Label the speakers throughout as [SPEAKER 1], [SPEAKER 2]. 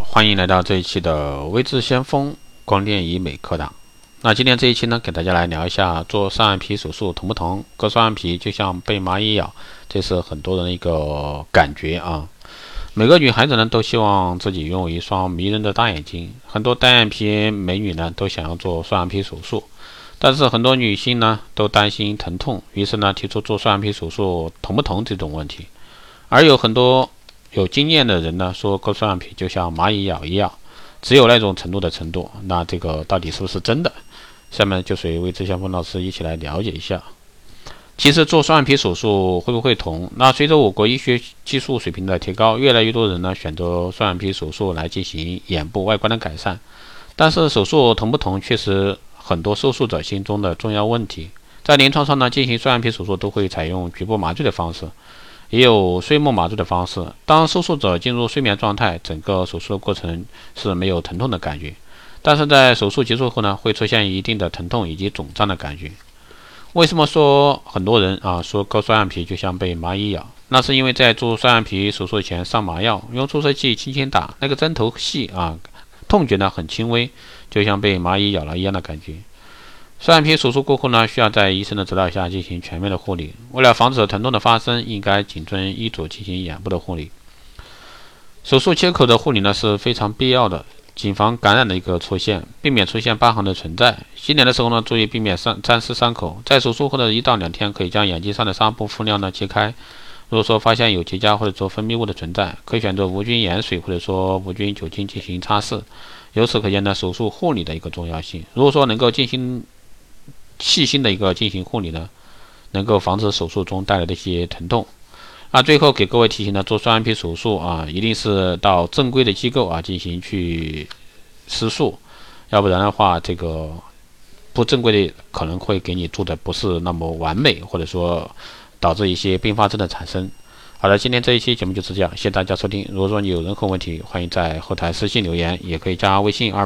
[SPEAKER 1] 欢迎来到这一期的微智先锋光电医美课堂。那今天这一期呢，给大家来聊一下做双眼皮手术疼不疼？割双眼皮就像被蚂蚁咬，这是很多人的一个感觉啊。每个女孩子呢都希望自己拥有一双迷人的大眼睛，很多单眼皮美女呢都想要做双眼皮手术，但是很多女性呢都担心疼痛，于是呢提出做双眼皮手术疼不疼这种问题。而有很多有经验的人呢说割双眼皮就像蚂蚁咬一样，只有那种程度，那这个到底是不是真的？下面就随微智先锋老师一起来了解一下。其实做双眼皮手术会不会疼？那随着我国医学技术水平的提高，越来越多人呢选择双眼皮手术来进行眼部外观的改善。但是手术疼不疼，确实很多受术者心中的重要问题。在临床上呢，进行双眼皮手术都会采用局部麻醉的方式，也有睡梦麻醉的方式。当受术者进入睡眠状态，整个手术的过程是没有疼痛的感觉，但是在手术结束后呢，会出现一定的疼痛以及肿胀的感觉。为什么说很多人说割双眼皮就像被蚂蚁咬？那是因为在做双眼皮手术前上麻药，用注射器轻轻打，那个针头细痛觉呢很轻微，就像被蚂蚁咬了一样的感觉。双眼皮手术过后呢，需要在医生的指导下进行全面的护理。为了防止疼痛的发生，应该谨遵医嘱进行眼部的护理。手术切口的护理呢是非常必要的，谨防感染的一个出现，避免出现疤痕的存在。洗脸的时候呢，注意避免沾湿伤口。在手术后的1到2天，可以将眼睛上的纱布敷料呢切开。如果说发现有结痂或者说分泌物的存在，可以选择无菌盐水或者说无菌酒精进行擦拭。由此可见呢，手术护理的一个重要性。如果说能够细心的进行护理呢，能够防止手术中带来的一些疼痛。最后给各位提醒呢，做双眼皮手术一定是到正规的机构进行去施术，要不然的话，这个不正规的可能会给你做的不是那么完美，或者说导致一些并发症的产生。好了，今天这一期节目就是这样，谢谢大家收听。如果说你有任何问题，欢迎在后台私信留言，也可以加微信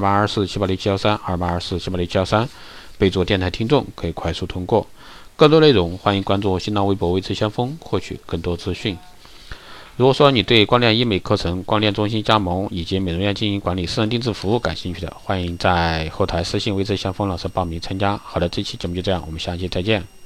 [SPEAKER 1] 2824786713，2824786713，备注电台听众，可以快速通过。更多内容欢迎关注新浪微博微智先锋，获取更多资讯。如果说你对光电医美课程、光电中心加盟以及美容院经营管理、私人定制服务感兴趣的，欢迎在后台私信微智先锋老师报名参加。好的，这期节目就这样，我们下期再见。